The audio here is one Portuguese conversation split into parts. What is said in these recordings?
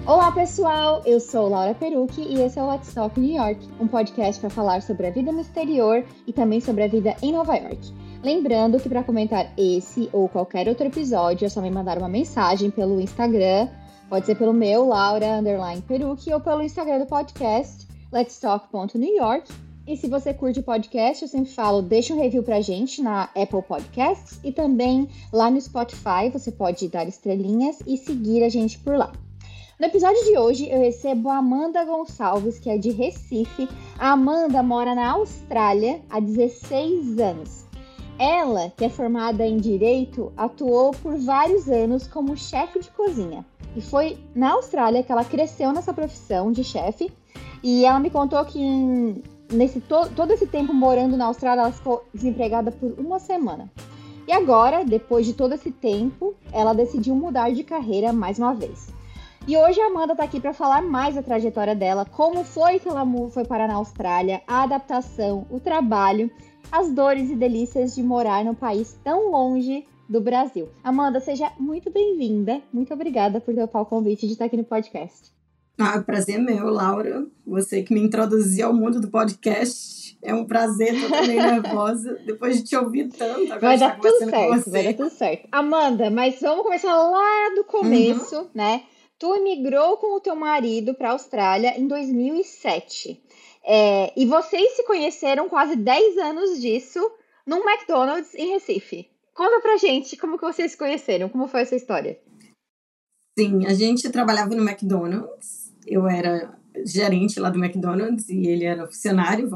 Olá pessoal, eu sou Laura Perucchi e esse é o Let's Talk New York, um podcast para falar sobre a vida no exterior e também sobre a vida em Nova York. Lembrando que para comentar esse ou qualquer outro episódio é só me mandar uma mensagem pelo Instagram, pode ser pelo meu, Laura_Perucchi, ou pelo Instagram do podcast, letstalk.newyork. E se você curte podcast, eu sempre falo, deixa um review pra gente na Apple Podcasts e também lá no Spotify, você pode dar estrelinhas e seguir a gente por lá. No episódio de hoje, eu recebo a Amanda Gonçalves, que é de Recife. A Amanda mora na Austrália há 16 anos. Ela, que é formada em Direito, atuou por vários anos como chefe de cozinha. E foi na Austrália que ela cresceu nessa profissão de chefe. E ela me contou que todo esse tempo morando na Austrália, ela ficou desempregada por uma semana. E agora, depois de todo esse tempo, ela decidiu mudar de carreira mais uma vez. E hoje a Amanda está aqui para falar mais da trajetória dela, como foi que ela foi parar na Austrália, a adaptação, o trabalho, as dores e delícias de morar num país tão longe do Brasil. Amanda, seja muito bem-vinda. Muito obrigada por topar o convite de estar aqui no podcast. O prazer é meu, Laura. Você que me introduziu ao mundo do podcast. É um prazer, tô também nervosa. Depois de te ouvir tanto, agora vai dar tudo certo, com você. Vai dar tudo certo. Amanda, mas vamos começar lá do começo, né? Tu emigrou com o teu marido para a Austrália em 2007. E vocês se conheceram quase 10 anos disso num McDonald's em Recife. Conta pra gente como que vocês se conheceram, como foi essa história? Sim, a gente trabalhava no McDonald's. Eu era gerente lá do McDonald's e ele era funcionário,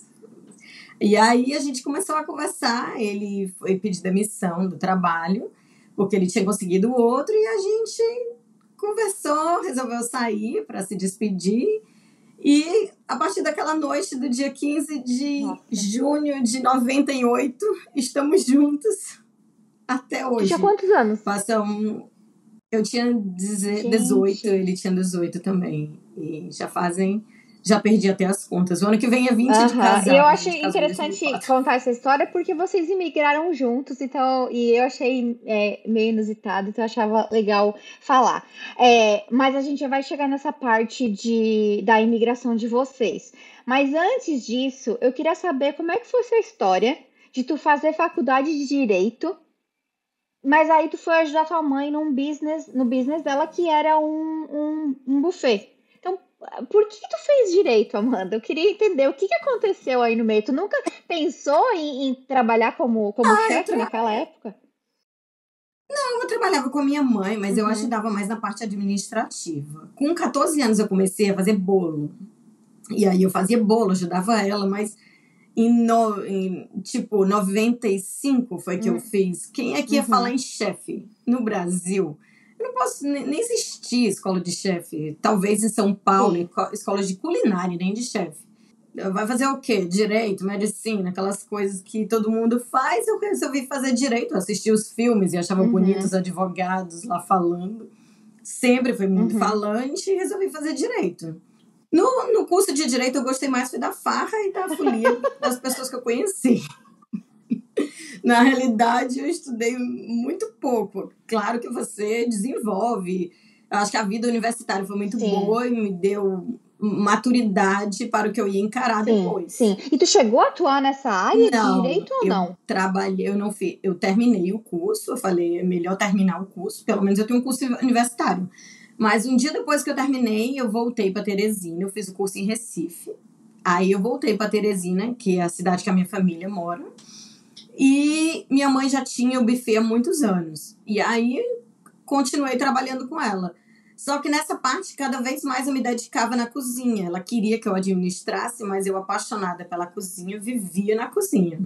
E aí a gente começou a conversar, ele foi pedir demissão do trabalho, porque ele tinha conseguido outro, e a gente conversou, resolveu sair para se despedir. E a partir daquela noite do dia 15 de junho de 98, estamos juntos até hoje. Tu tinha quantos anos? Eu tinha 18, ele tinha 18 também. E já perdi até as contas. O ano que vem é 20 de casado. E eu acho interessante contar essa história porque vocês imigraram juntos, então, e eu achei meio inusitado, então eu achava legal falar. Mas a gente já vai chegar nessa parte da imigração de vocês. Mas antes disso, eu queria saber como é que foi essa história de tu fazer faculdade de Direito, mas aí tu foi ajudar tua mãe no business dela, que era um buffet. Então, por que tu fez direito, Amanda? Eu queria entender o que aconteceu aí no meio. Tu nunca pensou em trabalhar como chefe naquela época? Não, eu trabalhava com a minha mãe, mas eu ajudava mais na parte administrativa. Com 14 anos eu comecei a fazer bolo. E aí eu fazia bolo, ajudava ela, mas em 95 foi que eu fiz. Quem é que ia falar em chefe no Brasil? Eu não posso, nem existir escola de chefe. Talvez em São Paulo, escola de culinária, nem de chefe. Vai fazer o quê? Direito, medicina, aquelas coisas que todo mundo faz. Eu resolvi fazer direito. Eu assistia os filmes e achava bonitos os advogados lá falando. Sempre fui muito falante e resolvi fazer direito. No curso de Direito, eu gostei mais foi da farra e da folia das pessoas que eu conheci. Na realidade, eu estudei muito pouco. Claro que você desenvolve. Eu acho que a vida universitária foi muito boa e me deu maturidade para o que eu ia encarar depois. Sim. E tu chegou a atuar nessa área de Direito ou não? Eu terminei o curso. Eu falei, é melhor terminar o curso. Pelo menos eu tenho um curso universitário. Mas um dia depois que eu terminei, eu voltei para Teresina. Eu fiz o curso em Recife. Aí eu voltei para Teresina, que é a cidade que a minha família mora. E minha mãe já tinha o buffet há muitos anos. E aí continuei trabalhando com ela. Só que nessa parte, cada vez mais eu me dedicava na cozinha. Ela queria que eu administrasse, mas eu, apaixonada pela cozinha, vivia na cozinha.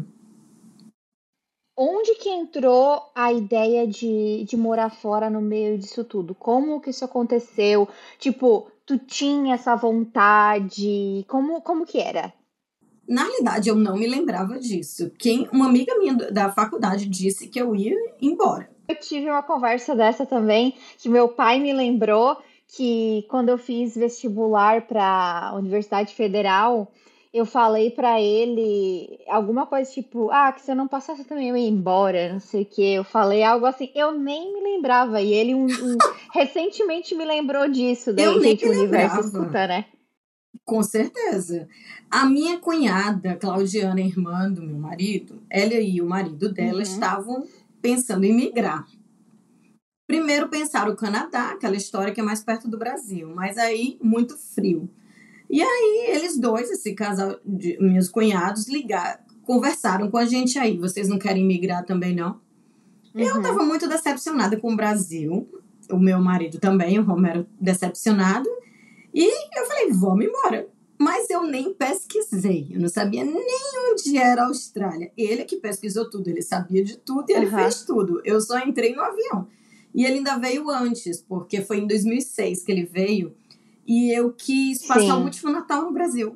Onde que entrou a ideia de morar fora no meio disso tudo? Como que isso aconteceu? Tipo, tu tinha essa vontade? Como que era? Na realidade, eu não me lembrava disso. Uma amiga minha da faculdade disse que eu ia embora. Eu tive uma conversa dessa também, que meu pai me lembrou que quando eu fiz vestibular para a Universidade Federal, eu falei pra ele alguma coisa tipo, que se eu não passasse também eu ia embora, não sei o quê. Eu falei algo assim, eu nem me lembrava. E ele recentemente me lembrou disso. Eu Daí, nem gente, me o universo lembrava. escuta, né? Com certeza. A minha cunhada, Claudiana, irmã do meu marido, ela e o marido dela Uhum. estavam pensando em migrar. Primeiro pensaram o Canadá, aquela história que é mais perto do Brasil, mas aí muito frio. E aí eles dois, esse casal de meus cunhados, conversaram com a gente aí. Vocês não querem migrar também, não? Eu Uhum. estava muito decepcionada com o Brasil. O meu marido também, o Romero, decepcionado. E eu falei, vamos embora. Mas eu nem pesquisei. Eu não sabia nem onde era a Austrália. Ele que pesquisou tudo. Ele sabia de tudo e ele fez tudo. Eu só entrei no avião. E ele ainda veio antes, porque foi em 2006 que ele veio. E eu quis passar o último Natal no Brasil.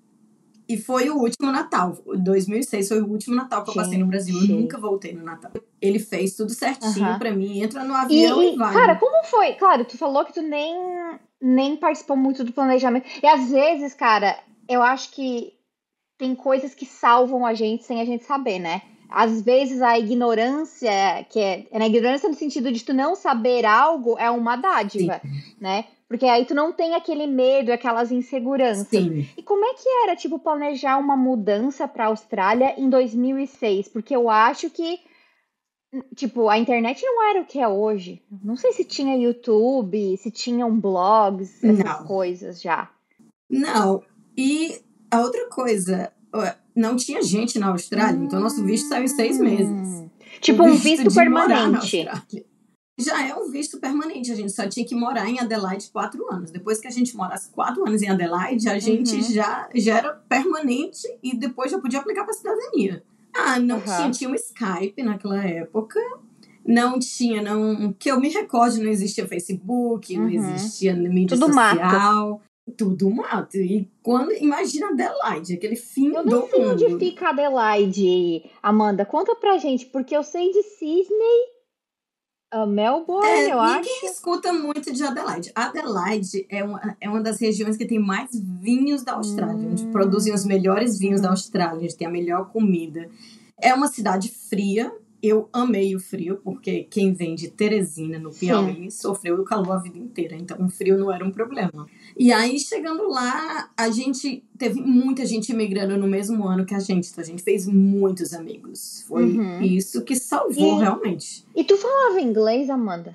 E foi o último Natal. 2006 foi o último Natal que eu passei no Brasil. Eu nunca voltei no Natal. Ele fez tudo certinho pra mim. Entra no avião e vai. Cara, como foi? Claro, tu falou que tu nem participou muito do planejamento. E às vezes, cara, eu acho que tem coisas que salvam a gente sem a gente saber, né? Às vezes a ignorância, que é na ignorância no sentido de tu não saber algo, é uma dádiva, né? Porque aí tu não tem aquele medo, aquelas inseguranças. Sim. E como é que era, tipo, planejar uma mudança para a Austrália em 2006? Porque eu acho que, tipo, a internet não era o que é hoje. Não sei se tinha YouTube, se tinham blogs, essas coisas já. Não. E a outra coisa, não tinha gente na Austrália, então nosso visto saiu em 6 meses. Tipo um visto de morar na permanente. Austrália. Já é um visto permanente, a gente só tinha que morar em Adelaide 4 anos. Depois que a gente morasse 4 anos em Adelaide, a gente já era permanente e depois já podia aplicar para cidadania. Não tinha um Skype naquela época. Não tinha, que eu me recorde, não existia Facebook, não existia mídia Tudo social. mato. Tudo mato. E imagina Adelaide, aquele fim do mundo. Eu nem sei onde fica Adelaide, Amanda. Conta pra gente, porque eu sei de Sydney, Melbourne, eu acho. Ninguém escuta muito de Adelaide. Adelaide é uma das regiões que tem mais vinhos da Austrália, onde produzem os melhores vinhos da Austrália, onde tem a melhor comida. É uma cidade fria. Eu amei o frio, porque quem vem de Teresina, no Piauí, sofreu o calor a vida inteira. Então, o frio não era um problema. E aí, chegando lá, teve muita gente imigrando no mesmo ano que a gente. Então, a gente fez muitos amigos. Foi isso que salvou, realmente. E tu falava inglês, Amanda?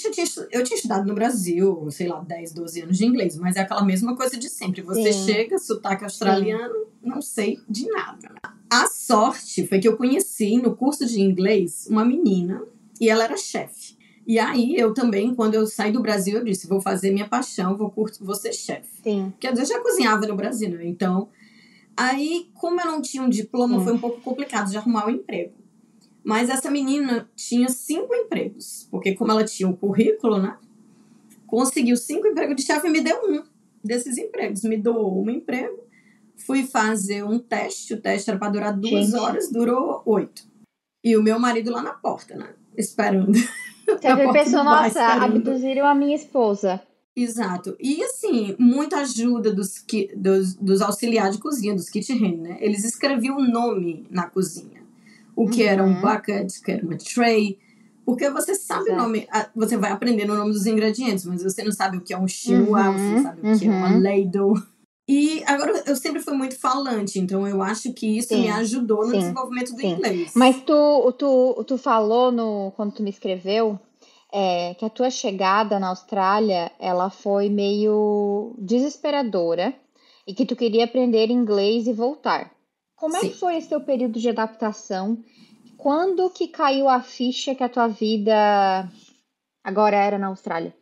Eu tinha estudado no Brasil, sei lá, 10, 12 anos de inglês. Mas é aquela mesma coisa de sempre. Você chega, sotaque australiano, não sei de nada. A sorte foi que eu conheci no curso de inglês uma menina e ela era chefe. E aí eu também, quando eu saí do Brasil, eu disse, vou fazer minha paixão, vou ser chefe. Quer dizer, eu já cozinhava no Brasil, né? Então, aí como eu não tinha um diploma, foi um pouco complicado de arrumar um emprego. Mas essa menina tinha 5 empregos, porque como ela tinha um currículo, né? Conseguiu 5 empregos de chefe e me deu um desses empregos. Me doou um emprego. Fui fazer um teste, o teste era para durar 2 horas, durou 8. E o meu marido lá na porta, né? Esperando. Você pensou, nossa, abduziram a minha esposa. Exato. E assim, muita ajuda dos auxiliares de cozinha, dos kitchen hand, né? Eles escreviam o nome na cozinha. O que era um bucket, o que era uma tray. Porque você sabe o nome, você vai aprendendo o nome dos ingredientes, mas você não sabe o que é um chinois, você não sabe o que é uma ladle. E agora, eu sempre fui muito falante, então eu acho que isso me ajudou no desenvolvimento do inglês. Mas tu falou, quando tu me escreveu, que a tua chegada na Austrália, ela foi meio desesperadora e que tu queria aprender inglês e voltar. Como é que foi esse teu período de adaptação? Quando que caiu a ficha que a tua vida agora era na Austrália?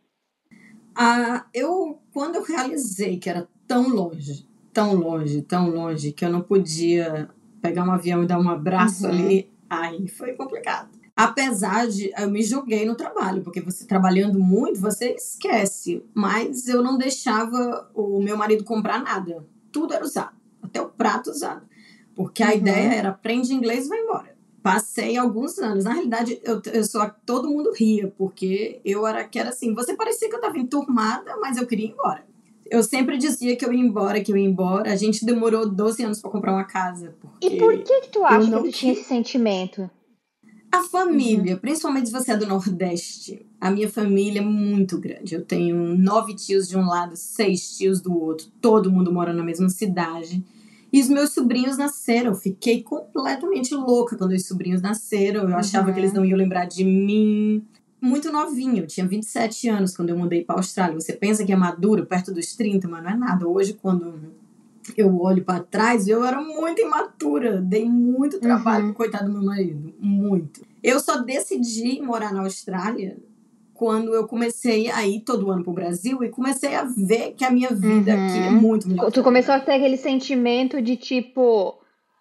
Quando eu realizei que era tão longe, tão longe, tão longe, que eu não podia pegar um avião e dar um abraço ali, aí foi complicado. Apesar de eu me joguei no trabalho, porque você trabalhando muito, você esquece. Mas eu não deixava o meu marido comprar nada. Tudo era usado, até o prato usado. Porque a ideia era aprende inglês e vai embora. Passei alguns anos. Na realidade, todo mundo ria, porque eu era assim, você parecia que eu estava enturmada, mas eu queria ir embora. Eu sempre dizia que eu ia embora, que eu ia embora. A gente demorou 12 anos para comprar uma casa. E por que tu acha que tu tinha tinha esse sentimento? A família, principalmente se você é do Nordeste, a minha família é muito grande. Eu tenho 9 tios de um lado, 6 tios do outro. Todo mundo mora na mesma cidade. E os meus sobrinhos nasceram. Eu fiquei completamente louca quando os sobrinhos nasceram. Eu achava que eles não iam lembrar de mim. Muito novinho, eu tinha 27 anos quando eu mudei para a Austrália. Você pensa que é maduro, perto dos 30, mas não é nada. Hoje, quando eu olho para trás, eu era muito imatura. Dei muito trabalho pro coitado do meu marido. Muito. Eu só decidi morar na Austrália quando eu comecei a ir todo ano pro Brasil e comecei a ver que a minha vida aqui é muito melhor. Tu começou a ter aquele sentimento de tipo...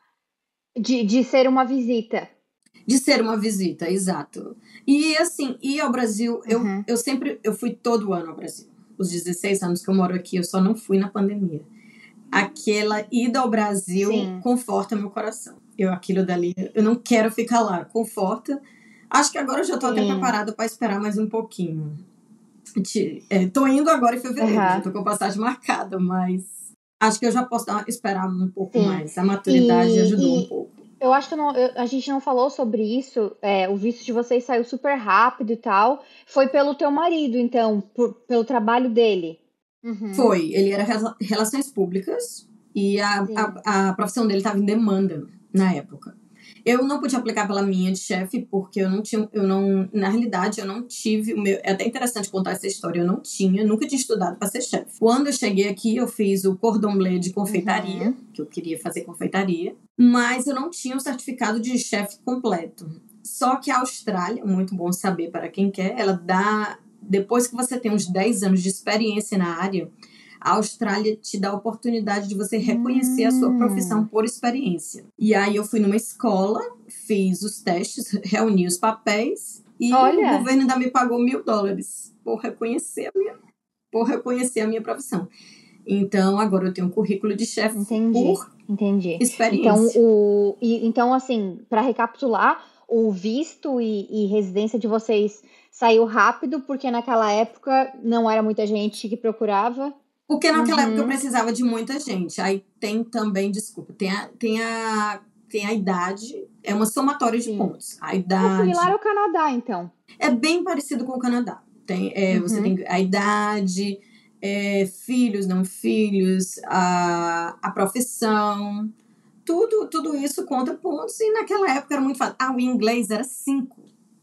De ser uma visita. De ser uma visita, exato. E assim, ir ao Brasil, eu fui todo ano ao Brasil. Os 16 anos que eu moro aqui, eu só não fui na pandemia. Aquela ida ao Brasil conforta meu coração. Aquilo dali, eu não quero ficar lá, conforta. Acho que agora eu já tô até preparada para esperar mais um pouquinho. Tô indo agora em fevereiro, já tô com a passagem marcada, mas acho que eu já posso esperar um pouco mais. A maturidade ajudou um pouco. Eu acho que a gente não falou sobre isso. O visto de vocês saiu super rápido e tal. Foi pelo teu marido, então, pelo trabalho dele. Foi. Ele era relações públicas e a profissão dele estava em demanda na época. Eu não podia aplicar pela minha de chefe porque na realidade, eu não tive é até interessante contar essa história. Eu nunca tinha estudado para ser chefe. Quando eu cheguei aqui, eu fiz o cordon bleu de confeitaria, que eu queria fazer confeitaria, mas eu não tinha o certificado de chefe completo. Só que a Austrália, muito bom saber para quem quer, ela dá, depois que você tem uns 10 anos de experiência na área, a Austrália te dá a oportunidade de você reconhecer a sua profissão por experiência. E aí eu fui numa escola, fiz os testes, reuni os papéis e o governo ainda me pagou $1.000 por reconhecer a minha profissão. Então, agora eu tenho um currículo de chefe por experiência. Então, assim, para recapitular, o visto e residência de vocês saiu rápido, porque naquela época não era muita gente que procurava. Porque naquela época eu precisava de muita gente. Aí tem também, desculpa, tem a idade, é uma somatória de pontos. A idade... É similar ao Canadá, então. É bem parecido com o Canadá. Você tem a idade, filhos, não filhos, a profissão, tudo isso conta pontos. E naquela época era muito fácil. O inglês era 5.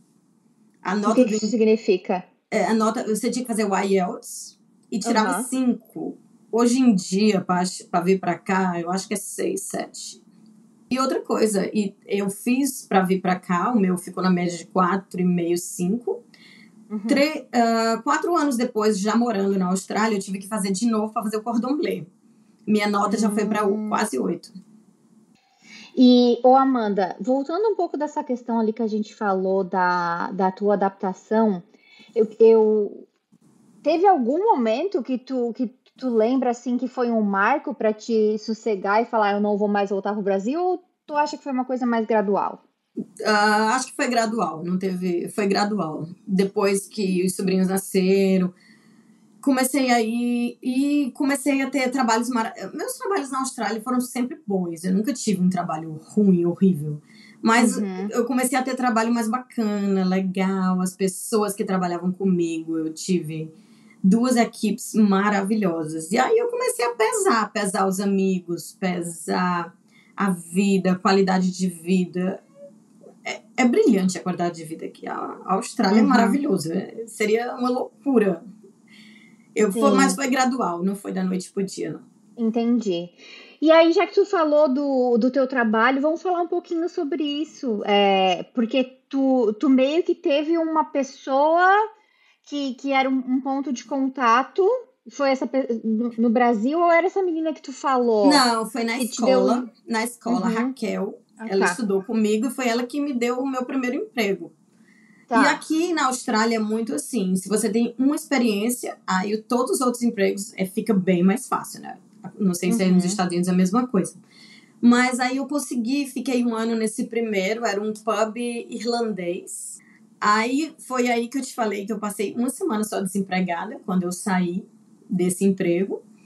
O que isso significa? Você tinha que fazer o IELTS e tirava 5. Hoje em dia, para vir para cá, eu acho que é 6, 7. E outra coisa, eu fiz para vir para cá, o meu ficou na média de 4,5, 5. 4 anos depois, já morando na Austrália, eu tive que fazer de novo para fazer o cordon bleu. Minha nota já foi para quase 8. E, Amanda, voltando um pouco dessa questão ali que a gente falou da tua adaptação, teve algum momento que tu lembra, assim, que foi um marco para te sossegar e falar, eu não vou mais voltar pro Brasil? Ou tu acha que foi uma coisa mais gradual? Acho que foi gradual, foi gradual. Depois que os sobrinhos nasceram, comecei a ir e comecei a ter trabalhos Meus trabalhos na Austrália foram sempre bons. Eu nunca tive um trabalho ruim, horrível. Mas eu comecei a ter trabalho mais bacana, legal. As pessoas que trabalhavam comigo, eu tive 2 equipes maravilhosas. E aí eu comecei a pesar os amigos, pesar a vida, a qualidade de vida. É brilhante a qualidade de vida aqui. A Austrália é maravilhosa. Seria uma loucura. Mas foi gradual, não foi da noite pro dia, não. Entendi. E aí, já que tu falou do teu trabalho, vamos falar um pouquinho sobre isso. Porque tu meio que teve uma pessoa que era um ponto de contato. Foi essa no Brasil ou era essa menina que tu falou? Não, foi na escola. Na escola, Raquel. Ela estudou comigo e foi ela que me deu o meu primeiro emprego. E aqui na Austrália é muito assim, se você tem uma experiência, aí todos os outros empregos fica bem mais fácil, né? Não sei se nos Estados Unidos é a mesma coisa. Mas aí eu fiquei 1 ano nesse primeiro, era um pub irlandês. Aí foi aí que eu te falei que eu passei 1 semana só desempregada, quando eu saí desse emprego.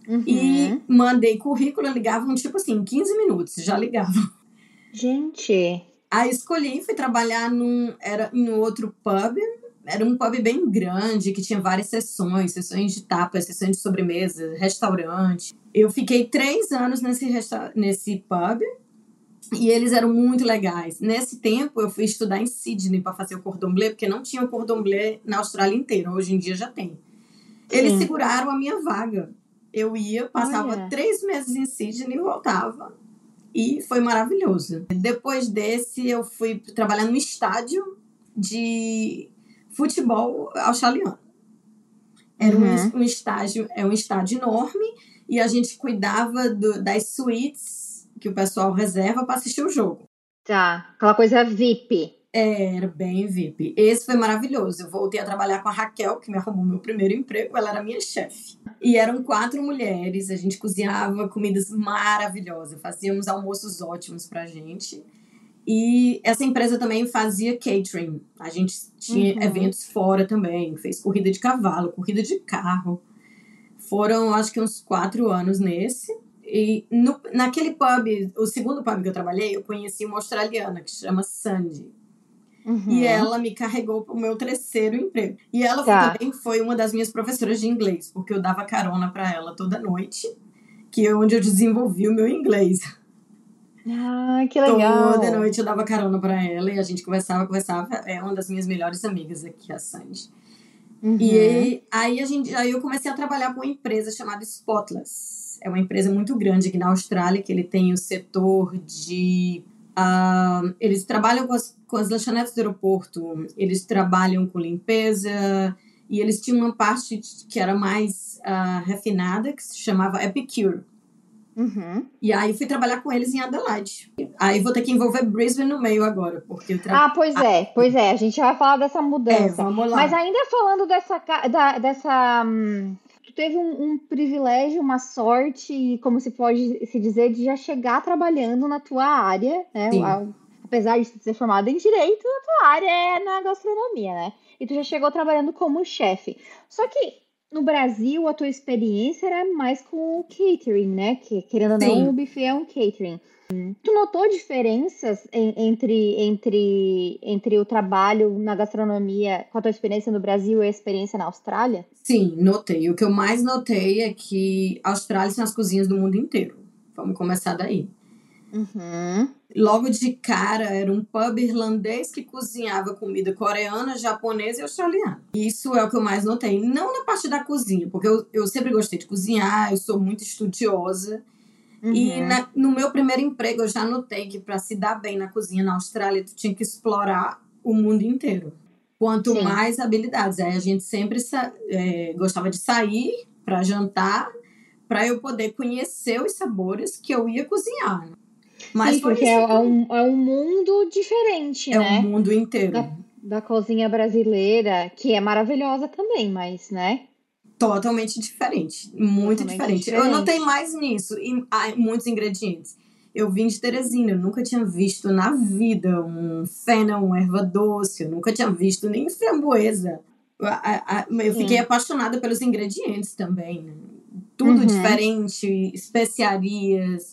E mandei currículo, ligavam tipo assim, 15 minutos, já ligavam. Gente. Aí escolhi, fui trabalhar em outro pub. Era um pub bem grande, que tinha várias sessões de tapas, sessões de sobremesa, restaurante. Eu fiquei 3 anos nesse pub e eles eram muito legais. Nesse tempo, eu fui estudar em Sydney para fazer o cordon bleu, porque não tinha o cordon bleu na Austrália inteira. Hoje em dia já tem. Eles seguraram a minha vaga. Eu passava 3 meses em Sydney e voltava. E foi maravilhoso. Depois desse, eu fui trabalhar no estádio de futebol australiano. Era um estádio enorme e a gente cuidava das suítes que o pessoal reserva para assistir o jogo. Tá, aquela coisa VIP. Era bem VIP. Esse foi maravilhoso. Eu voltei a trabalhar com a Raquel, que me arrumou meu primeiro emprego. Ela era minha chefe. E eram 4 mulheres. A gente cozinhava comidas maravilhosas. Fazíamos almoços ótimos pra gente. E essa empresa também fazia catering. A gente tinha eventos fora também. Fez corrida de cavalo, corrida de carro. Foram, acho que uns 4 anos nesse. E naquele pub, o segundo pub que eu trabalhei, eu conheci uma australiana que se chama Sandy. E ela me carregou para o meu 3º emprego. E ela também foi uma das minhas professoras de inglês, porque eu dava carona para ela toda noite, que é onde eu desenvolvi o meu inglês. Ah, que legal. Toda noite eu dava carona para ela e a gente conversava. É uma das minhas melhores amigas aqui, a Sandy. E aí eu comecei a trabalhar com uma empresa chamada Spotless. É uma empresa muito grande aqui na Austrália, que ele tem o setor de... eles trabalham com as lanchonetes do aeroporto, eles trabalham com limpeza, e eles tinham uma parte que era mais refinada, que se chamava Epicure. E aí fui trabalhar com eles em Adelaide. Aí vou ter que envolver Brisbane no meio agora, porque eu pois é, a gente vai falar dessa mudança. Vamos lá. Mas ainda falando tu teve um privilégio, uma sorte, como se pode se dizer, de já chegar trabalhando na tua área, né? Sim. Apesar de ser formada em Direito, a tua área é na gastronomia, né? E tu já chegou trabalhando como chefe. Só que no Brasil, a tua experiência era mais com o catering, né? Que, querendo ou não, o buffet é um catering. Tu notou diferenças entre o trabalho na gastronomia com a tua experiência no Brasil e a experiência na Austrália? Sim, notei. O que eu mais notei é que a Austrália são as cozinhas do mundo inteiro. Vamos começar daí. Logo de cara, era um pub irlandês que cozinhava comida coreana, japonesa e australiana. Isso é o que eu mais notei. Não na parte da cozinha, porque eu sempre gostei de cozinhar, eu sou muito estudiosa. E no meu primeiro emprego, eu já notei que para se dar bem na cozinha na Austrália, tu tinha que explorar o mundo inteiro. Quanto mais habilidades. Aí a gente sempre gostava de sair para jantar, para eu poder conhecer os sabores que eu ia cozinhar. Mas sim, porque é um mundo diferente, né? É o mundo inteiro. Da cozinha brasileira, que é maravilhosa também, mas, né? Totalmente diferente. Muito diferente. Eu notei mais nisso. E muitos ingredientes. Eu vim de Teresina, eu nunca tinha visto na vida um fennel, uma erva doce, eu nunca tinha visto nem framboesa. Eu fiquei apaixonada pelos ingredientes também. Né? Tudo diferente, especiarias.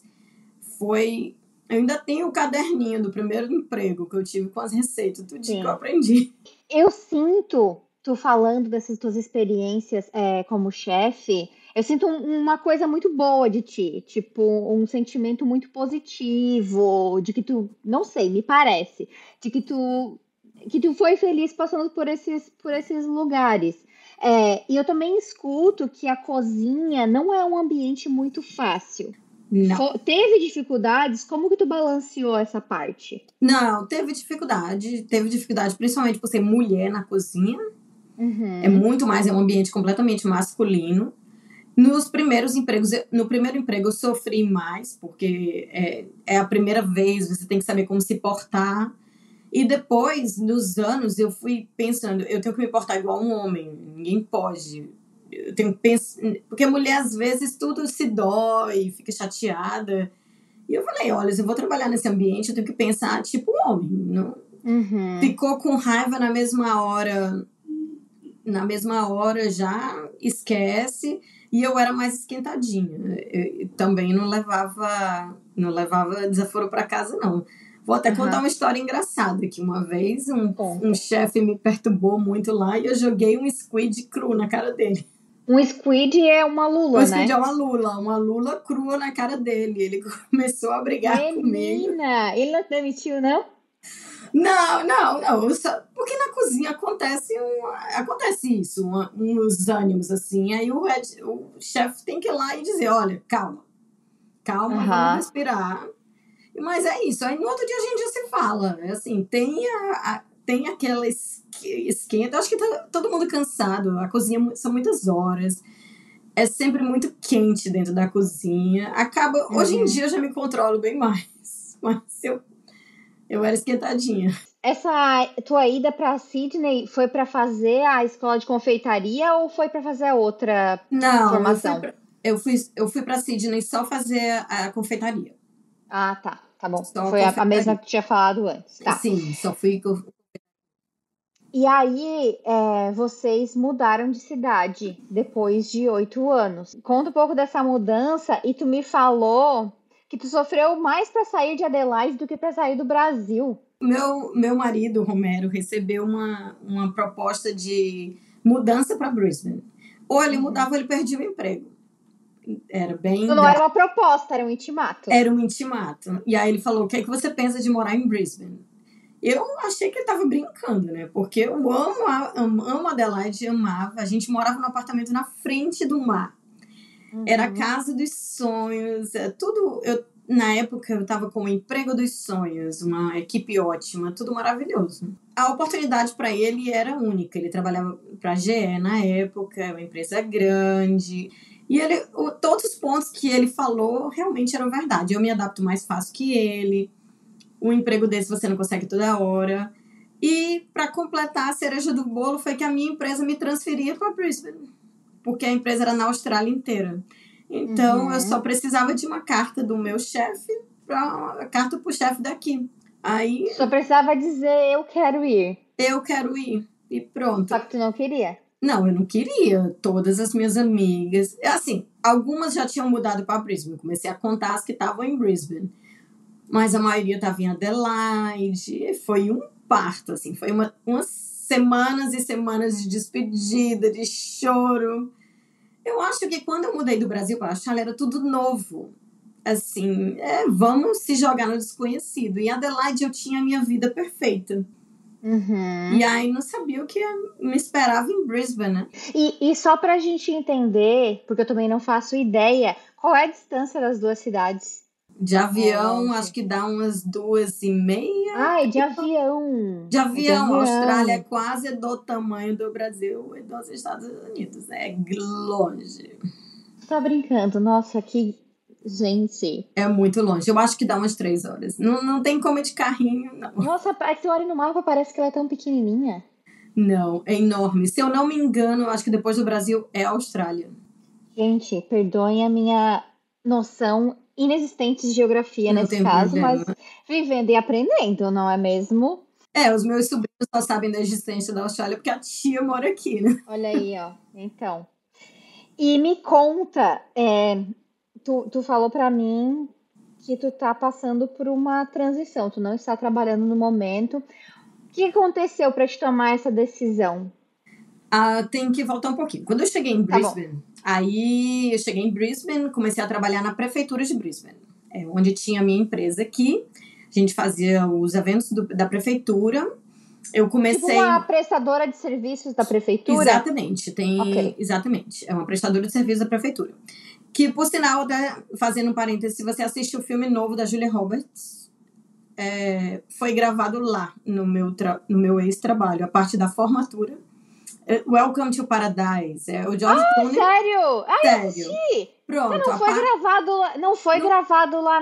Eu ainda tenho o caderninho do primeiro emprego que eu tive com as receitas, tudo que eu aprendi. Eu sinto, tu falando dessas tuas experiências como chefe, eu sinto uma coisa muito boa de ti, tipo, um sentimento muito positivo, de que tu, não sei, me parece, de que tu foi feliz passando por esses lugares. E eu também escuto que a cozinha não é um ambiente muito fácil. Não. Teve dificuldades? Como que tu balanceou essa parte? Não, teve dificuldade, principalmente por ser mulher na cozinha. É um ambiente completamente masculino. No primeiro emprego eu sofri mais, porque é a primeira vez, você tem que saber como se portar. E depois, nos anos, eu fui pensando, eu tenho que me portar igual um homem, ninguém pode. Eu tenho que pensar, porque a mulher, às vezes, tudo se dói, fica chateada. E eu falei, olha, se eu vou trabalhar nesse ambiente, eu tenho que pensar tipo um homem. Não? Ficou com raiva na mesma hora, na mesma hora já esquece. E eu era mais esquentadinha. Eu também não levava desaforo para casa, não. Vou até contar uma história engraçada, que uma vez um chefe me perturbou muito lá e eu joguei um squid cru na cara dele. Um squid é uma lula, Um squid né? é uma lula crua na cara dele. Ele começou a brigar comigo. Menina, ele não te demitiu, não? Não. Porque na cozinha acontece isso, uns ânimos assim. Aí o chefe tem que ir lá e dizer, olha, calma, vamos respirar. Mas é isso. Aí no outro dia a gente já se fala. Assim, tem aquela esquenta. Eu acho que tá todo mundo cansado. A cozinha são muitas horas. É sempre muito quente dentro da cozinha. Hoje em dia eu já me controlo bem mais. Mas eu era esquentadinha. Essa tua ida para Sydney foi para fazer a escola de confeitaria ou foi para fazer a outra formação? Eu fui para Sydney só fazer a confeitaria. Ah, tá bom. Foi a mesma que tu tinha falado antes. Tá. Sim, só fui. E aí, vocês mudaram de cidade depois de 8 anos. Conta um pouco dessa mudança e tu me falou que tu sofreu mais para sair de Adelaide do que para sair do Brasil. Meu marido, Romero, recebeu uma proposta de mudança para Brisbane. Ou ele mudava ou ele perdia o emprego. Era bem... Então não era uma proposta, era um intimato. Era um intimato. E aí ele falou, o que é que você pensa de morar em Brisbane? Eu achei que ele estava brincando, né? Porque eu amo Adelaide, amava. A gente morava num apartamento na frente do mar. Era a casa dos sonhos. Tudo... Na época, eu estava com o emprego dos sonhos, uma equipe ótima, tudo maravilhoso. A oportunidade para ele era única. Ele trabalhava para a GE na época, uma empresa grande. E todos os pontos que ele falou realmente eram verdade. Eu me adapto mais fácil que ele. Um emprego desse você não consegue toda hora. E, para completar, a cereja do bolo foi que a minha empresa me transferia para Brisbane. Porque a empresa era na Austrália inteira. Então, eu só precisava de uma carta do meu chefe, uma carta pro chefe daqui. Aí... Só precisava dizer, eu quero ir. Eu quero ir. E pronto. Só que tu não queria? Não, eu não queria. Todas as minhas amigas... Assim, algumas já tinham mudado para Brisbane. Comecei a contar as que estavam em Brisbane. Mas a maioria estava em Adelaide. Foi um parto, assim. Foi umas semanas e semanas de despedida, de choro... Eu acho que quando eu mudei do Brasil para a Austrália era tudo novo. Assim, vamos se jogar no desconhecido. Em Adelaide eu tinha a minha vida perfeita. E aí não sabia o que me esperava em Brisbane, né? E só pra gente entender, porque eu também não faço ideia, qual é a distância das duas cidades? De avião, acho que dá umas 2h30. Ai, de avião. De avião. A Austrália é quase do tamanho do Brasil e dos Estados Unidos. É longe. Tá brincando? Nossa, que... Gente. É muito longe. Eu acho que dá umas 3 horas. Não tem como ir de carrinho, não. Nossa, a que olha no mapa parece que ela é tão pequenininha. Não, é enorme. Se eu não me engano, eu acho que depois do Brasil é a Austrália. Gente, perdoem a minha noção inexistente de geografia nesse caso, mas vivendo e aprendendo, não é mesmo? Os meus sobrinhos só sabem da existência da Austrália porque a tia mora aqui, né? Olha aí, ó. Então. E me conta, tu falou pra mim que tu tá passando por uma transição, tu não está trabalhando no momento. O que aconteceu para te tomar essa decisão? Tem que voltar um pouquinho. Quando eu cheguei em Brisbane, comecei a trabalhar na prefeitura de Brisbane, onde tinha a minha empresa aqui. A gente fazia os eventos da prefeitura. Eu comecei... Tipo uma prestadora de serviços da prefeitura? Exatamente. Exatamente. É uma prestadora de serviços da prefeitura. Que, por sinal, fazendo um parênteses, se você assiste o filme novo da Julia Roberts, foi gravado lá, no meu ex-trabalho, a parte da formatura. Welcome to Paradise. O George Clooney. Sério? Sério. Assisti. Pronto. Não foi gravado lá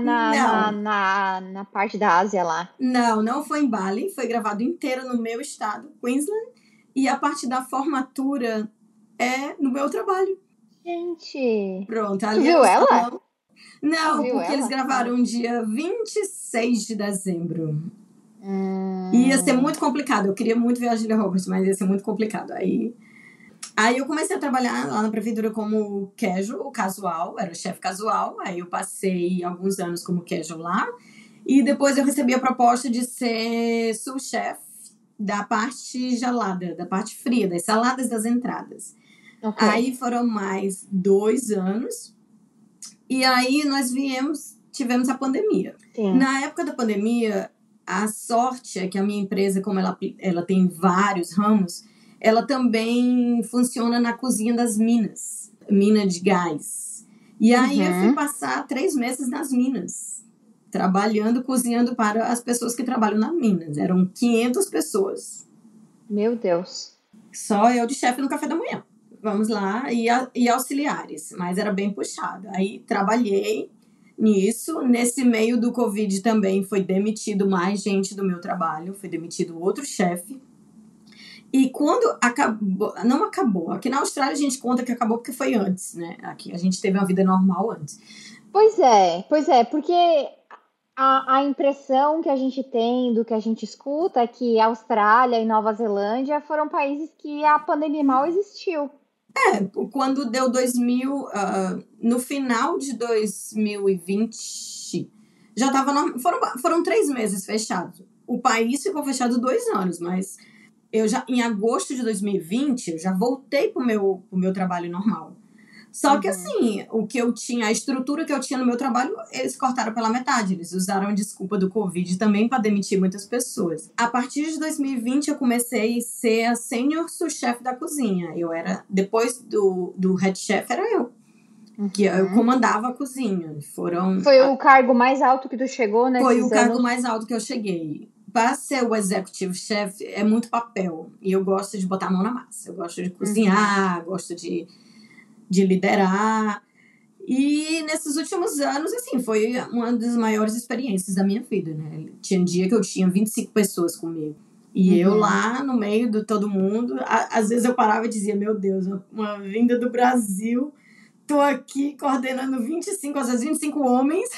na parte da Ásia lá. Não foi em Bali. Foi gravado inteiro no meu estado, Queensland. E a parte da formatura é no meu trabalho. Gente. Pronto. Tu viu ela? Não, porque eles gravaram dia 26 de dezembro. Ia ser muito complicado. Eu queria muito ver a Julia Roberts, mas ia ser muito complicado. Aí eu comecei a trabalhar lá na prefeitura como casual, era chefe casual. Aí eu passei alguns anos como casual lá. E depois eu recebi a proposta de ser sous-chefe da parte gelada, da parte fria, das saladas das entradas. Okay. Aí foram mais 2 anos. E aí nós tivemos a pandemia. Sim. Na época da pandemia, a sorte é que a minha empresa, como ela tem vários ramos, ela também funciona na cozinha das minas, mina de gás. E aí eu fui passar 3 meses nas minas, trabalhando, cozinhando para as pessoas que trabalham nas minas. Eram 500 pessoas. Meu Deus. Só eu de chefe no café da manhã. Vamos lá, e auxiliares, mas era bem puxado. Aí trabalhei nisso. Nesse meio do Covid também foi demitido mais gente do meu trabalho, foi demitido outro chefe. E quando acabou, não acabou, aqui na Austrália a gente conta que acabou porque foi antes, né? Aqui a gente teve uma vida normal antes. Pois é, porque a impressão que a gente tem do que a gente escuta é que Austrália e Nova Zelândia foram países que a pandemia mal existiu. Quando deu 2000, no final de 2020, já estava. Foram 3 meses fechados. O país ficou fechado 2 anos, mas em agosto de 2020, eu já voltei pro meu trabalho normal. Só que assim, a estrutura que eu tinha no meu trabalho, eles cortaram pela metade. Eles usaram a desculpa do Covid também para demitir muitas pessoas. A partir de 2020, eu comecei a ser a senior sous-chefe da cozinha. Depois do head chef, era eu. Que eu comandava a cozinha. Foi o cargo mais alto que tu chegou nesses anos? Foi o cargo mais alto que eu cheguei. Para ser o executive chef, é muito papel. E eu gosto de botar a mão na massa. Eu gosto de cozinhar, gosto de liderar. E nesses últimos anos, assim, foi uma das maiores experiências da minha vida, né? Tinha um dia que eu tinha 25 pessoas comigo. E eu lá no meio de todo mundo, às vezes eu parava e dizia, meu Deus, uma vinda do Brasil, tô aqui coordenando 25, às vezes 25 homens.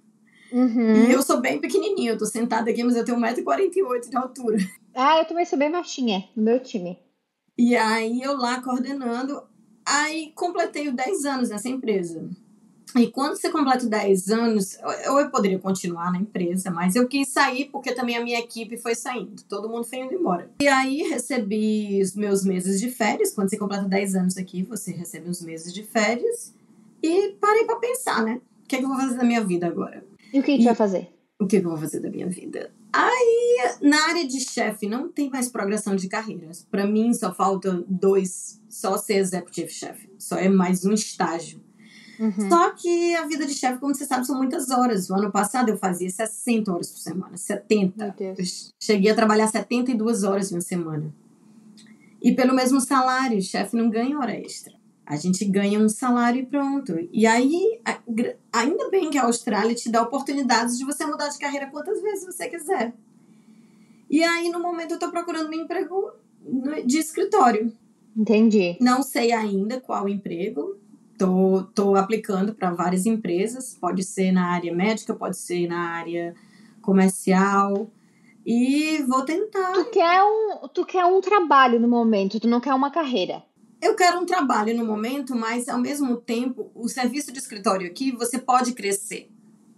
E eu sou bem pequenininha, eu tô sentada aqui, mas eu tenho 1,48 m de altura. Eu também sou bem baixinha no meu time. E aí eu lá coordenando, aí completei os 10 anos nessa empresa. E quando você completa 10 anos, eu poderia continuar na empresa, mas eu quis sair porque também a minha equipe foi saindo. Todo mundo foi indo embora. E aí recebi os meus meses de férias. Quando você completa 10 anos aqui, você recebe os meses de férias. E parei pra pensar, né? O que é que eu vou fazer da minha vida agora? E o que tu vai fazer? O que eu vou fazer da minha vida? Aí, na área de chefe, não tem mais progressão de carreiras. Para mim, só falta 2, só ser executive chef. Só é mais um estágio. Só que a vida de chefe, como você sabe, são muitas horas. O ano passado eu fazia 60 horas por semana. 70. Meu Deus. Eu cheguei a trabalhar 72 horas em uma semana. E pelo mesmo salário, o chefe não ganha hora extra. A gente ganha um salário e pronto. E aí, ainda bem que a Austrália te dá oportunidades de você mudar de carreira quantas vezes você quiser. E aí, no momento, eu tô procurando um emprego de escritório. Entendi. Não sei ainda qual emprego. Tô aplicando para várias empresas. Pode ser na área médica, pode ser na área comercial. E vou tentar. Tu quer um trabalho no momento, tu não quer uma carreira. Eu quero um trabalho no momento, mas ao mesmo tempo, o serviço de escritório aqui, você pode crescer.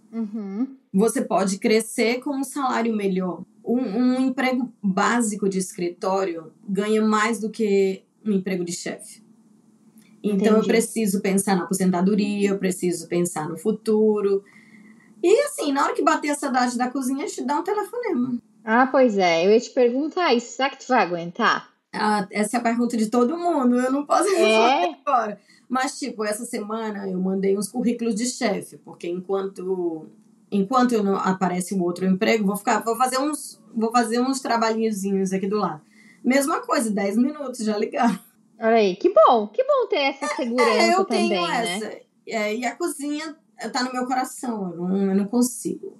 Você pode crescer com um salário melhor. Um emprego básico de escritório ganha mais do que um emprego de chefe. Então, eu preciso pensar na aposentadoria, eu preciso pensar no futuro. E assim, na hora que bater a saudade da cozinha, a gente dá um telefonema. Pois é. Eu ia te perguntar isso. Será que tu vai aguentar? Essa é a pergunta de todo mundo, eu não posso responder agora. Mas, tipo, essa semana eu mandei uns currículos de chefe, porque enquanto eu não aparece um outro emprego, vou fazer uns trabalhinhozinhos aqui do lado. Mesma coisa, 10 minutos, já ligaram. Olha aí, que bom ter essa segurança eu também, tenho né? essa. E a cozinha tá no meu coração, eu não consigo.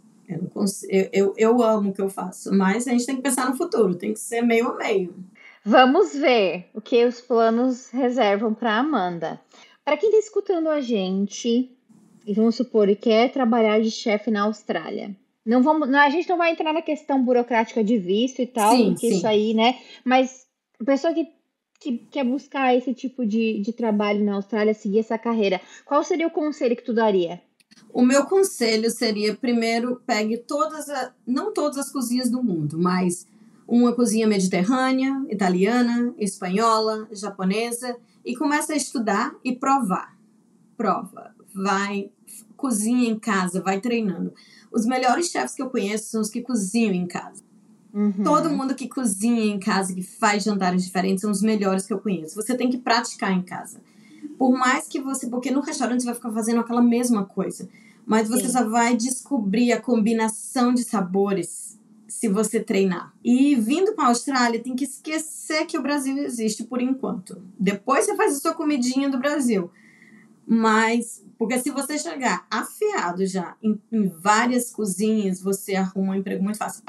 Eu amo o que eu faço, mas a gente tem que pensar no futuro, tem que ser meio a meio. Vamos ver o que os planos reservam para Amanda. Para quem está escutando a gente, e vamos supor, e quer trabalhar de chefe na Austrália, A gente não vai entrar na questão burocrática de visto e tal, Sim, porque isso sim. aí, né? Mas a pessoa que quer buscar esse tipo de trabalho na Austrália, seguir essa carreira, qual seria o conselho que tu daria? O meu conselho seria, primeiro, pegue não todas as cozinhas do mundo, mas uma cozinha mediterrânea, italiana, espanhola, japonesa, e comece a estudar e provar. Prova. Vai, cozinha em casa, vai treinando. Os melhores chefs que eu conheço são os que cozinham em casa. Todo Uhum, mundo que cozinha em casa, que faz jantares diferentes, são os melhores que eu conheço. Você tem que praticar em casa. Por mais que você. Porque no restaurante você vai ficar fazendo aquela mesma coisa. Mas você sim, só vai descobrir a combinação de sabores se você treinar. E vindo para a Austrália, tem que esquecer que o Brasil existe por enquanto. Depois você faz a sua comidinha do Brasil. Mas, porque se você chegar afiado já em várias cozinhas, você arruma um emprego muito fácil.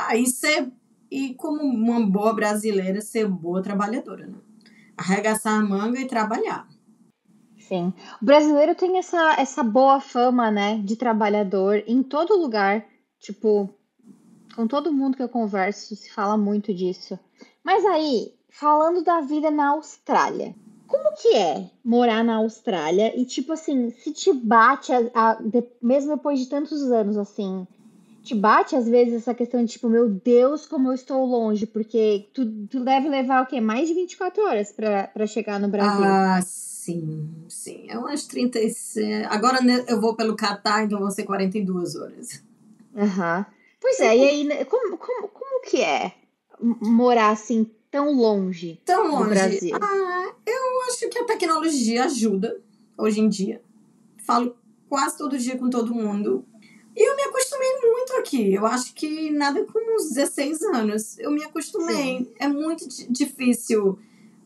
E como uma boa brasileira, ser boa trabalhadora, né? Arregaçar a manga e trabalhar. sim. O brasileiro tem essa boa fama, né, de trabalhador em todo lugar. Tipo, com todo mundo que eu converso, se fala muito disso. Mas aí, falando da vida na Austrália, como que é morar na Austrália? E tipo assim, se te bate, mesmo depois de tantos anos, assim, te bate às vezes essa questão de tipo, meu Deus, como eu estou longe, porque tu deve levar o quê? Mais de 24 horas para chegar no Brasil. Ah, sim, sim. É umas 36. Agora né, eu vou pelo Catar, então vão ser 42 horas. Aham. Pois é, e aí, né, como que é morar assim tão longe Tão do longe. Brasil? Eu acho que a tecnologia ajuda hoje em dia. Falo quase todo dia com todo mundo. E eu me acostumei muito aqui. Eu acho que nada como uns 16 anos. Eu me Sim, acostumei. É muito difícil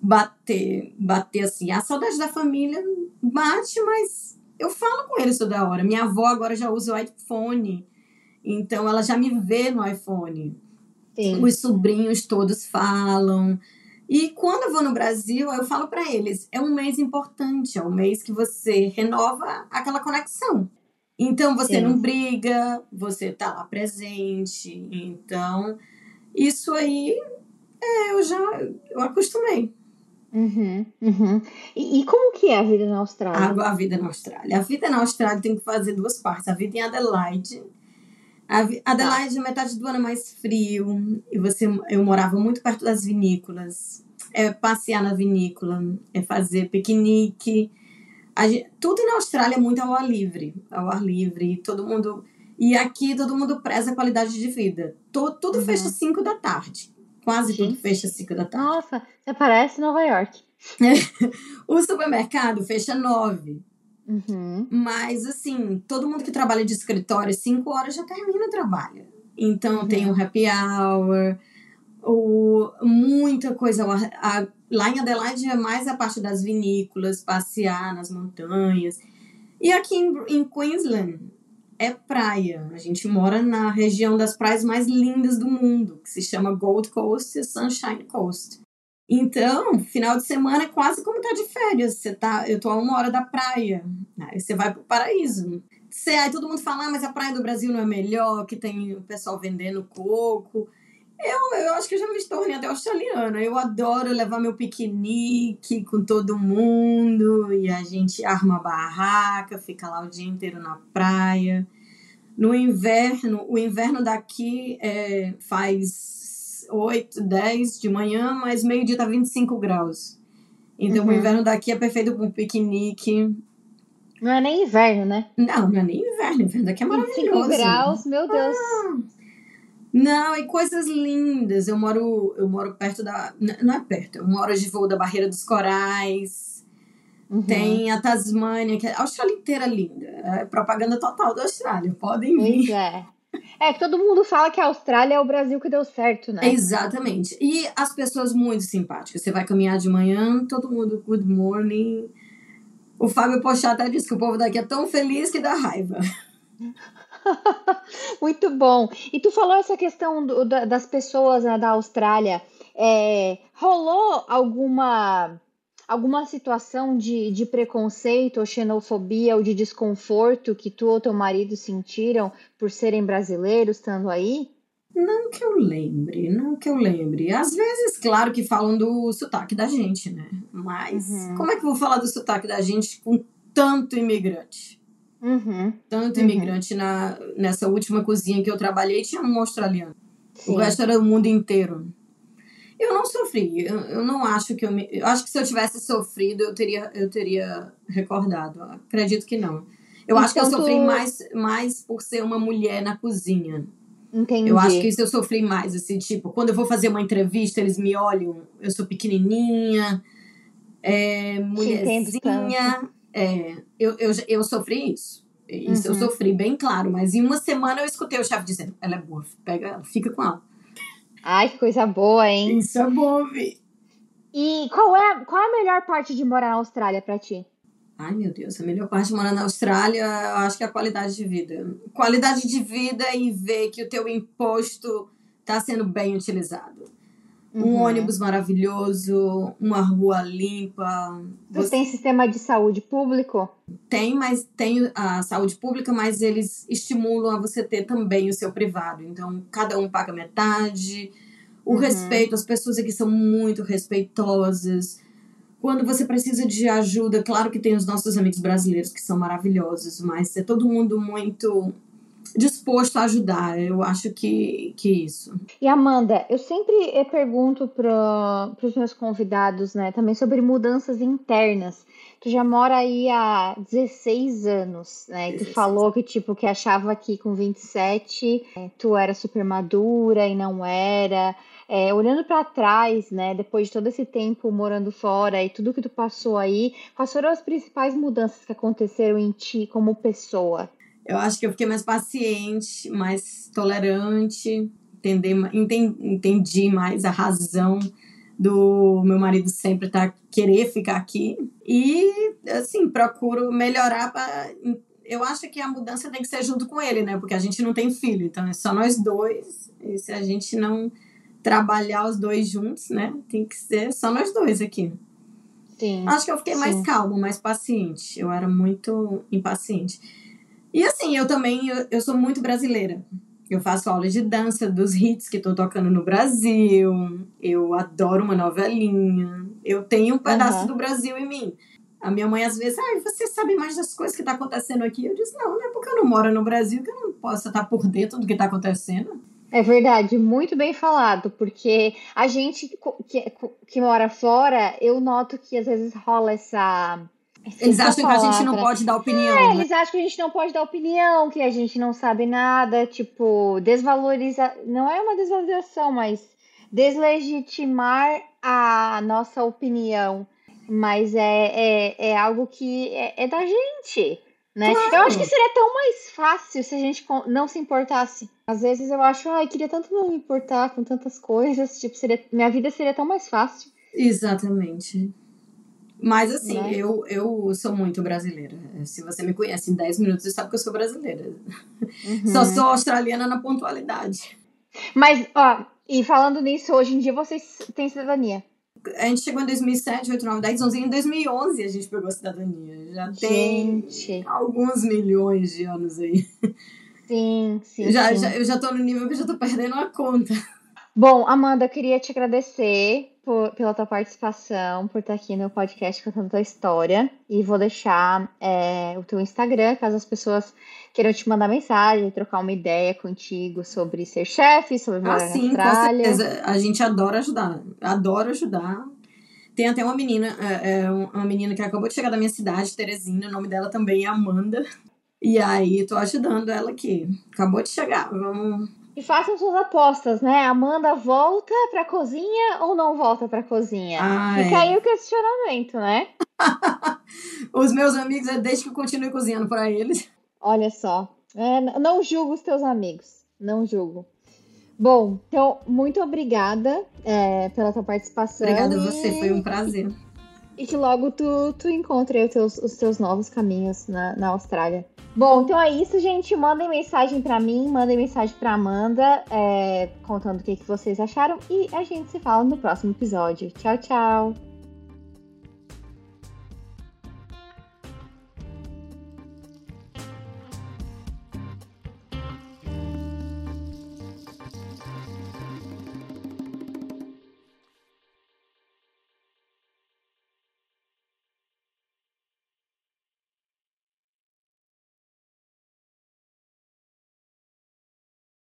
bater assim. A saudade da família bate, mas eu falo com eles toda hora. Minha avó agora já usa o iPhone, então ela já me vê no iPhone. sim, Os sobrinhos todos falam. E quando eu vou no Brasil, eu falo para eles: é um mês importante, é um mês que você renova aquela conexão. Então você não sim. briga, você tá lá presente. Então, isso aí eu acostumei. Uhum, uhum. E como que é a vida na Austrália? A vida na Austrália. A vida na Austrália tem que fazer duas partes. A vida em Adelaide. Tá. Adelaide, metade do ano é mais frio. Eu morava muito perto das vinícolas. É passear na vinícola, é fazer piquenique. Tudo na Austrália é muito ao ar livre. Ao ar livre, todo mundo. E aqui todo mundo preza a qualidade de vida. Tudo fecha às Uhum. 5 da tarde. Quase tudo fecha às Gente, 5 da tarde. nossa, você parece Nova York. O supermercado fecha 9. Uhum, Mas, assim, todo mundo que trabalha de escritório, 5 horas já termina o trabalho. Então, tem um uhum. happy hour, muita coisa. Lá em Adelaide é mais a parte das vinícolas, passear nas montanhas. E aqui em Queensland é praia. A gente mora na região das praias mais lindas do mundo, que se chama Gold Coast e Sunshine Coast. Então, final de semana é quase como tá de férias. Eu tô a 1 hora da praia. Aí você vai pro paraíso. Aí todo mundo fala, mas a praia do Brasil não é melhor, que tem o pessoal vendendo coco. Eu acho que eu já me tornei até australiana. Eu adoro levar meu piquenique com todo mundo e a gente arma a barraca, fica lá o dia inteiro na praia. No inverno, o inverno daqui faz 8, 10 de manhã, mas meio-dia tá 25 graus. Então o Uhum. inverno daqui é perfeito para um piquenique. Não é nem inverno, né? Não é nem inverno, o inverno daqui é 25 maravilhoso. graus, meu Deus. Não, e coisas lindas. Eu moro perto da. Não é perto, eu moro de voo da Barreira dos Corais. Uhum. Tem a Tasmânia, que a Austrália inteira é linda. É propaganda total da Austrália. Podem Pois vir. é. É que todo mundo fala que a Austrália é o Brasil que deu certo, né? Exatamente. E as pessoas muito simpáticas. Você vai caminhar de manhã, todo mundo, good morning. O Fábio Pochá até disse que o povo daqui é tão feliz que dá raiva. Muito bom. E tu falou essa questão das pessoas, né, da Austrália. Rolou alguma situação de preconceito ou xenofobia ou de desconforto que tu ou teu marido sentiram por serem brasileiros estando aí? Não que eu lembre. Às vezes, claro que falam do sotaque da gente, né? Mas como é que eu vou falar do sotaque da gente com tanto imigrante? Tanto imigrante nessa última cozinha que eu trabalhei, tinha um australiano. Sim. O resto era o mundo inteiro. Eu não sofri. Eu não acho que eu acho que se eu tivesse sofrido, eu teria recordado. Acredito que não. Eu acho que eu sofri mais por ser uma mulher na cozinha. Entendi. Eu acho que isso eu sofri mais, assim, tipo, quando eu vou fazer uma entrevista, eles me olham, eu sou pequenininha, mulherzinha, eu sofri isso. Isso eu sofri bem claro, mas em uma semana eu escutei o chefe dizendo, ela é boa, pega ela, fica com ela. Ai, que coisa boa, hein? Isso é bom, Vi. E qual é a melhor parte de morar na Austrália pra ti? Ai, meu Deus, a melhor parte de morar na Austrália, eu acho que é a qualidade de vida. Qualidade de vida e ver que o teu imposto está sendo bem utilizado. Um ônibus maravilhoso, uma rua limpa. Você tem sistema de saúde público? Tem a saúde pública, mas eles estimulam a você ter também o seu privado. Então, cada um paga metade. O respeito, as pessoas aqui são muito respeitosas. Quando você precisa de ajuda, claro que tem os nossos amigos brasileiros que são maravilhosos, mas é todo mundo muito disposto a ajudar. Eu acho que isso. E Amanda, eu sempre pergunto para os meus convidados, né, também sobre mudanças internas. Tu já mora aí há 16 anos, né? E tu falou que, tipo, que achava que com 27 tu era super madura e não era. Olhando para trás, né, depois de todo esse tempo morando fora e tudo que tu passou aí, quais foram as principais mudanças que aconteceram em ti como pessoa? Eu acho que eu fiquei mais paciente, mais tolerante, entendi mais a razão do meu marido sempre querer ficar aqui. E, assim, procuro melhorar eu acho que a mudança tem que ser junto com ele, né? Porque a gente não tem filho, então é só nós dois. E se a gente não trabalhar os dois juntos, né? Tem que ser só nós dois aqui. Sim. Acho que eu fiquei mais calma, mais paciente. Eu era muito impaciente. E assim, eu sou muito brasileira. Eu faço aula de dança dos hits que estão tocando no Brasil. Eu adoro uma novelinha. Eu tenho um pedaço do Brasil em mim. A minha mãe às vezes, você sabe mais das coisas que tá acontecendo aqui? Eu disse, não é porque eu não moro no Brasil que eu não posso estar por dentro do que tá acontecendo. É verdade, muito bem falado, porque a gente que mora fora, eu noto que às vezes rola Eles acham que a gente não pode dar opinião. Né? Eles acham que a gente não pode dar opinião, que a gente não sabe nada, tipo, não é uma desvalorização, mas deslegitimar a nossa opinião, mas é algo que é da gente, né? Claro. Eu acho que seria tão mais fácil se a gente não se importasse. Às vezes eu acho, queria tanto não me importar com tantas coisas, tipo, minha vida seria tão mais fácil. Exatamente. Mas assim, né? eu sou muito brasileira. Se você me conhece em 10 minutos, você sabe que eu sou brasileira. Só sou australiana na pontualidade. Mas, e falando nisso, hoje em dia vocês têm cidadania? A gente chegou em 2007, 8, 9, 10, 11. Em 2011 a gente pegou a cidadania. Já tem alguns milhões de anos aí. Sim. Eu já tô no nível que eu já tô perdendo a conta. Bom, Amanda, eu queria te agradecer pela tua participação, por estar aqui no podcast contando a tua história. E vou deixar o teu Instagram, caso as pessoas queiram te mandar mensagem, trocar uma ideia contigo sobre ser chefe, sobre morar na Austrália. Com certeza. A gente adora ajudar. Adoro ajudar. Tem até uma menina que acabou de chegar da minha cidade, Teresina. O nome dela também é Amanda. E aí, tô ajudando ela aqui. Acabou de chegar. Vamos... E façam suas apostas, né? Amanda volta pra cozinha ou não volta pra cozinha? Fica aí o questionamento, né? Os meus amigos, deixa que eu continue cozinhando pra eles. Olha só. Não julgo os teus amigos. Não julgo. Bom, então, muito obrigada pela tua participação. Obrigada a você, foi um prazer. E que logo tu encontre os teus novos caminhos na Austrália. Bom, então é isso, gente. Mandem mensagem pra mim, mandem mensagem pra Amanda, contando o que vocês acharam. E a gente se fala no próximo episódio. Tchau, tchau!